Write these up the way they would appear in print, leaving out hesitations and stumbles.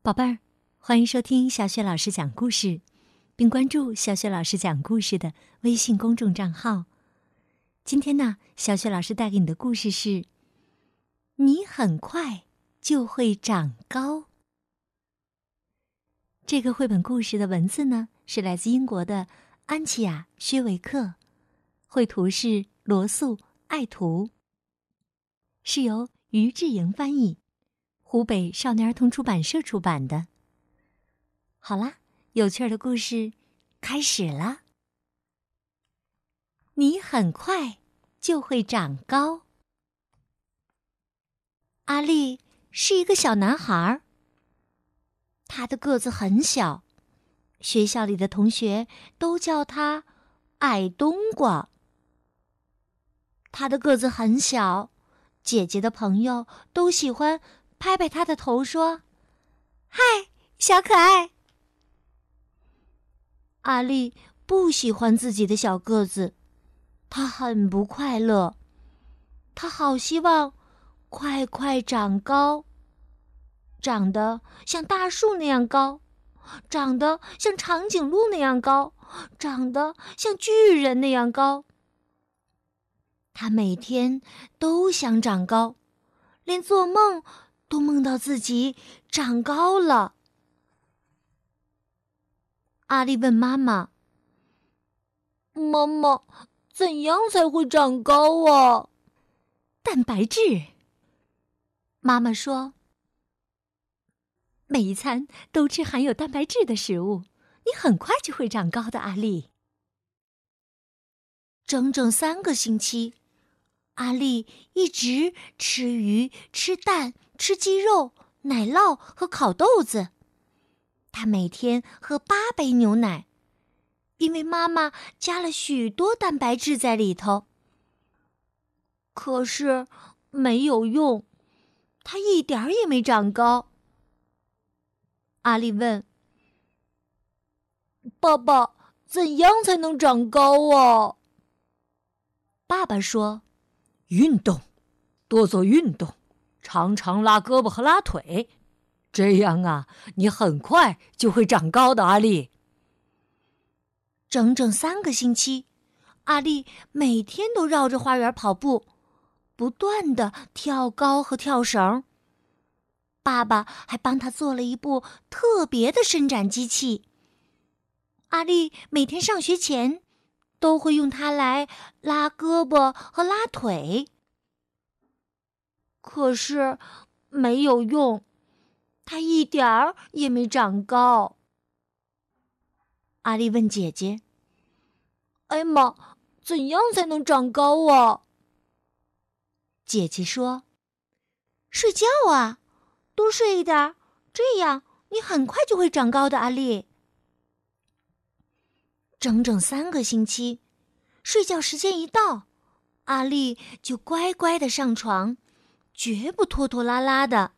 宝贝儿，欢迎收听小雪老师讲故事，并关注小雪老师讲故事的微信公众账号。今天呢，小雪老师带给你的故事是你很快就会长高。这个绘本故事的文字呢，是来自英国的安琪亚·薛维克，绘图是罗素·爱图，是由于志莹翻译，湖北少年儿童出版社出版的。好啦，有趣的故事开始了。你很快就会长高。阿力是一个小男孩，他的个子很小，学校里的同学都叫他矮冬瓜。他的个子很小，姐姐的朋友都喜欢拍拍他的头说：“嗨，小可爱。”阿力不喜欢自己的小个子，他很不快乐。他好希望快快长高，长得像大树那样高，长得像长颈鹿那样高，长得像巨人那样高。他每天都想长高，连做梦都梦到自己长高了。阿力问妈妈：“妈妈，怎样才会长高啊？”蛋白质。妈妈说：“每一餐都吃含有蛋白质的食物，你很快就会长高的，阿力。”整整3个星期，阿力一直吃鱼、吃蛋、吃鸡肉、奶酪和烤豆子。他每天喝8杯牛奶，因为妈妈加了许多蛋白质在里头。可是没有用，他一点儿也没长高。阿力问：“爸爸，怎样才能长高啊？”爸爸说：“ 运动，多做运动，常常拉胳膊和拉腿，这样啊，你很快就会长高的，阿力。” 整整3个星期，阿力每天都绕着花园跑步，不断地跳高和跳绳。爸爸还帮他做了一部特别的伸展机器。阿力每天上学前都会用它来拉胳膊和拉腿。可是没有用，他一点儿也没长高。阿力问姐姐：“艾玛，怎样才能长高啊？”姐姐说：“睡觉啊，多睡一点，这样你很快就会长高的，阿力。”整整3个星期，睡觉时间一到，阿力就乖乖地上床，绝不拖拖拉拉的。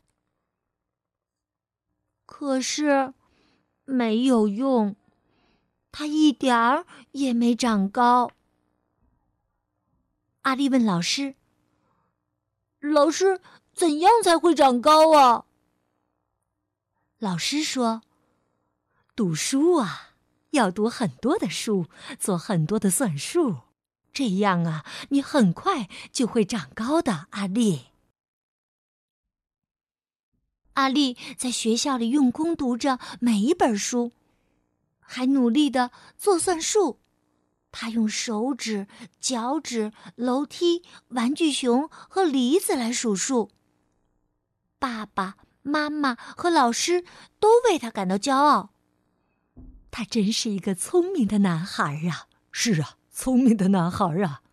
可是没有用，他一点儿也没长高。阿力问老师：“老师，怎样才会长高啊？”老师说：“读书啊，要读很多的书，做很多的算术，这样啊，你很快就会长高的，阿力。”阿力在学校里用功读着每一本书，还努力地做算术。他用手指、脚趾、楼梯、玩具熊和梨子来数数。爸爸妈妈和老师都为他感到骄傲。他真是一个聪明的男孩啊！ 是啊，聪明的男孩啊。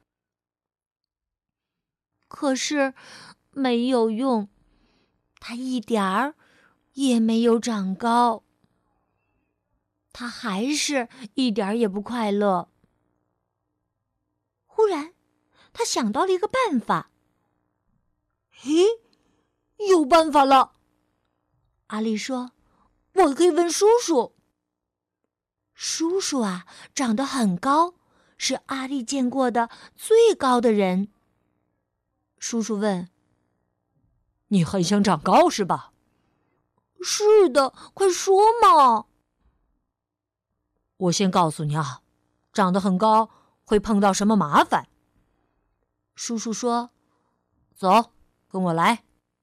可是没有用，他一点儿也没有长高。他还是一点儿也不快乐。忽然，他想到了一个办法。咦，有办法了！阿力说：“我可以问叔叔。”叔叔啊，长得很高，是阿力见过的最高的人。叔叔问：“ 你很想长高是吧？”“ 是的，快说嘛！ 我先告诉你啊，长得很高会碰到什么麻烦。 叔叔说：“ 走，跟我来。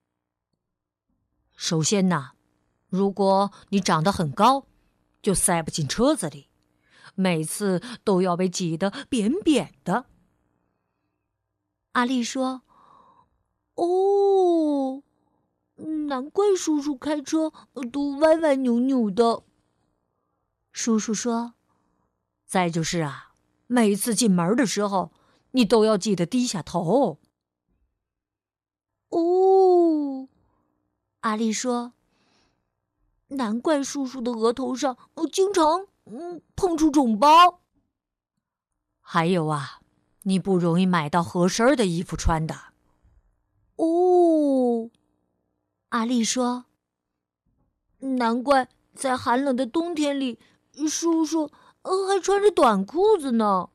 首先呢，如果你长得很高，就塞不进车子里，每次都要被挤得扁扁的。” 阿丽说：“哦，难怪叔叔开车都歪歪扭扭的。”叔叔说：“ 再就是啊，每次进门的时候，你都要记得低下头。” 哦，阿丽说：“难怪叔叔的额头上经常碰出肿包。” 还有啊，你不容易买到合身的衣服穿的。 哦，阿丽说：“难怪在寒冷的冬天里，叔叔还穿着短裤子呢。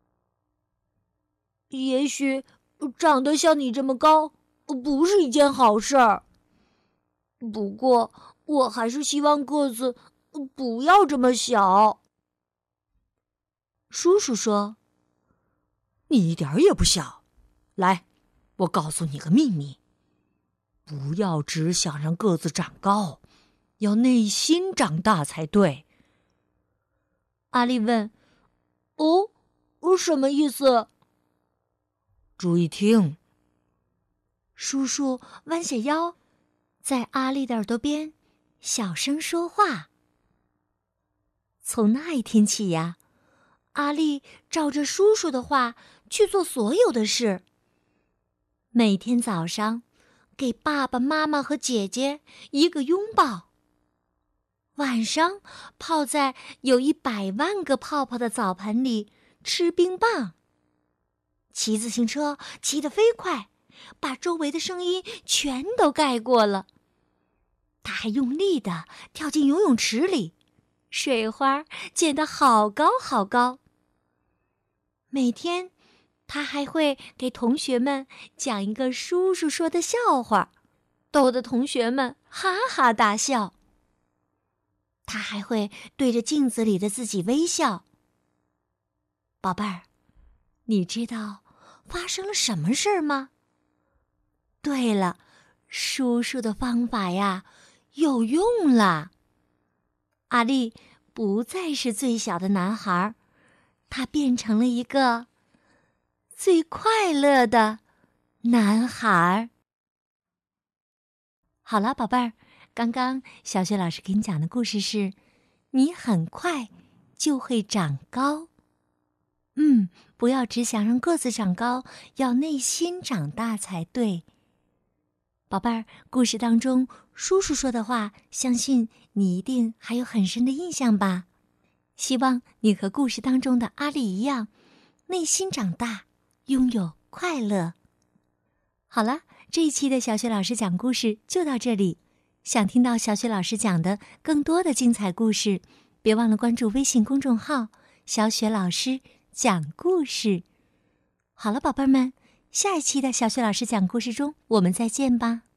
也许长得像你这么高，不是一件好事儿。不过，我还是希望个子不要这么小。”叔叔说：“ 你一点儿也不小。来，我告诉你个秘密，不要只想让个子长高，要内心长大才对。” 阿丽问：“哦，什么意思？” 注意听。 叔叔弯下腰，在阿丽的耳朵边小声说话。从那一天起呀，阿丽照着叔叔的话去做所有的事。每天早上，给爸爸妈妈和姐姐一个拥抱；晚上，泡在有100万个泡泡的澡盆里吃冰棒；骑自行车骑得飞快，把周围的声音全都盖过了。他还用力地跳进游泳池里，水花溅得好高好高。每天，他还会给同学们讲一个叔叔说的笑话，逗得同学们哈哈大笑。他还会对着镜子里的自己微笑。宝贝儿，你知道发生了什么事儿吗？对了，叔叔的方法呀，有用了。阿丽不再是最小的男孩，他变成了一个最快乐的男孩。好了，宝贝儿，刚刚小雪老师给你讲的故事是：你很快就会长高。不要只想让个子长高，要内心长大才对。宝贝儿，故事当中叔叔说的话，相信你一定还有很深的印象吧。希望你和故事当中的阿丽一样，内心长大，拥有快乐。好了，这一期的小雪老师讲故事就到这里。想听到小雪老师讲的更多的精彩故事，别忘了关注微信公众号“小雪老师讲故事”。好了，宝贝们，下一期的小雪老师讲故事中，我们再见吧。